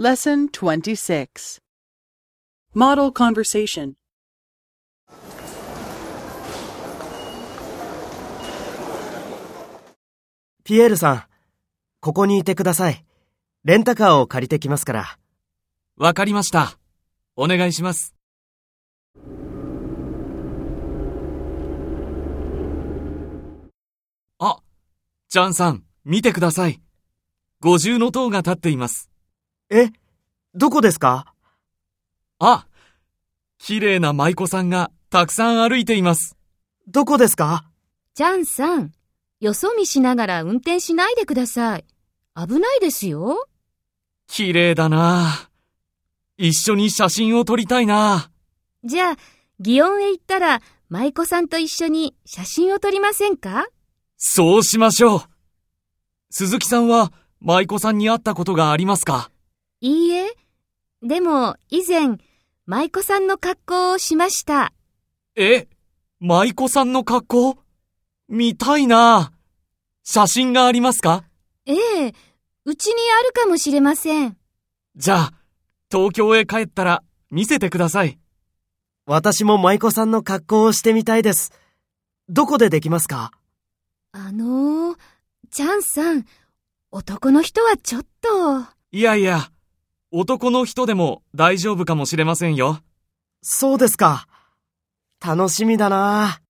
Lesson 26 Model Conversation ピエールさん、ここにいてください。レンタカーを借りてきますから。 わかりました。お願いします。あ、ジャンさん、見てください。五重の塔が立っています。 え、どこですか？ あ、綺麗な舞妓さんがたくさん歩いています。 どこですか？ ジャンさん、よそ見しながら運転しないでください。危ないですよ。 綺麗だな。一緒に写真を撮りたいな。 じゃあ、祇園へ行ったら、舞妓さんと一緒に写真を撮りませんか？ そうしましょう。鈴木さんは舞妓さんに会ったことがありますか？ いいえ。でも、以前、舞妓さんの格好をしました。 え、舞妓さんの格好？見たいな。写真がありますか？ ええ、うちにあるかもしれません。 じゃあ、東京へ帰ったら見せてください。 私も舞妓さんの格好をしてみたいです。どこでできますか？ チャンさん、男の人はちょっと。 いやいや、男の人でも大丈夫かもしれませんよ。 そうですか。楽しみだな。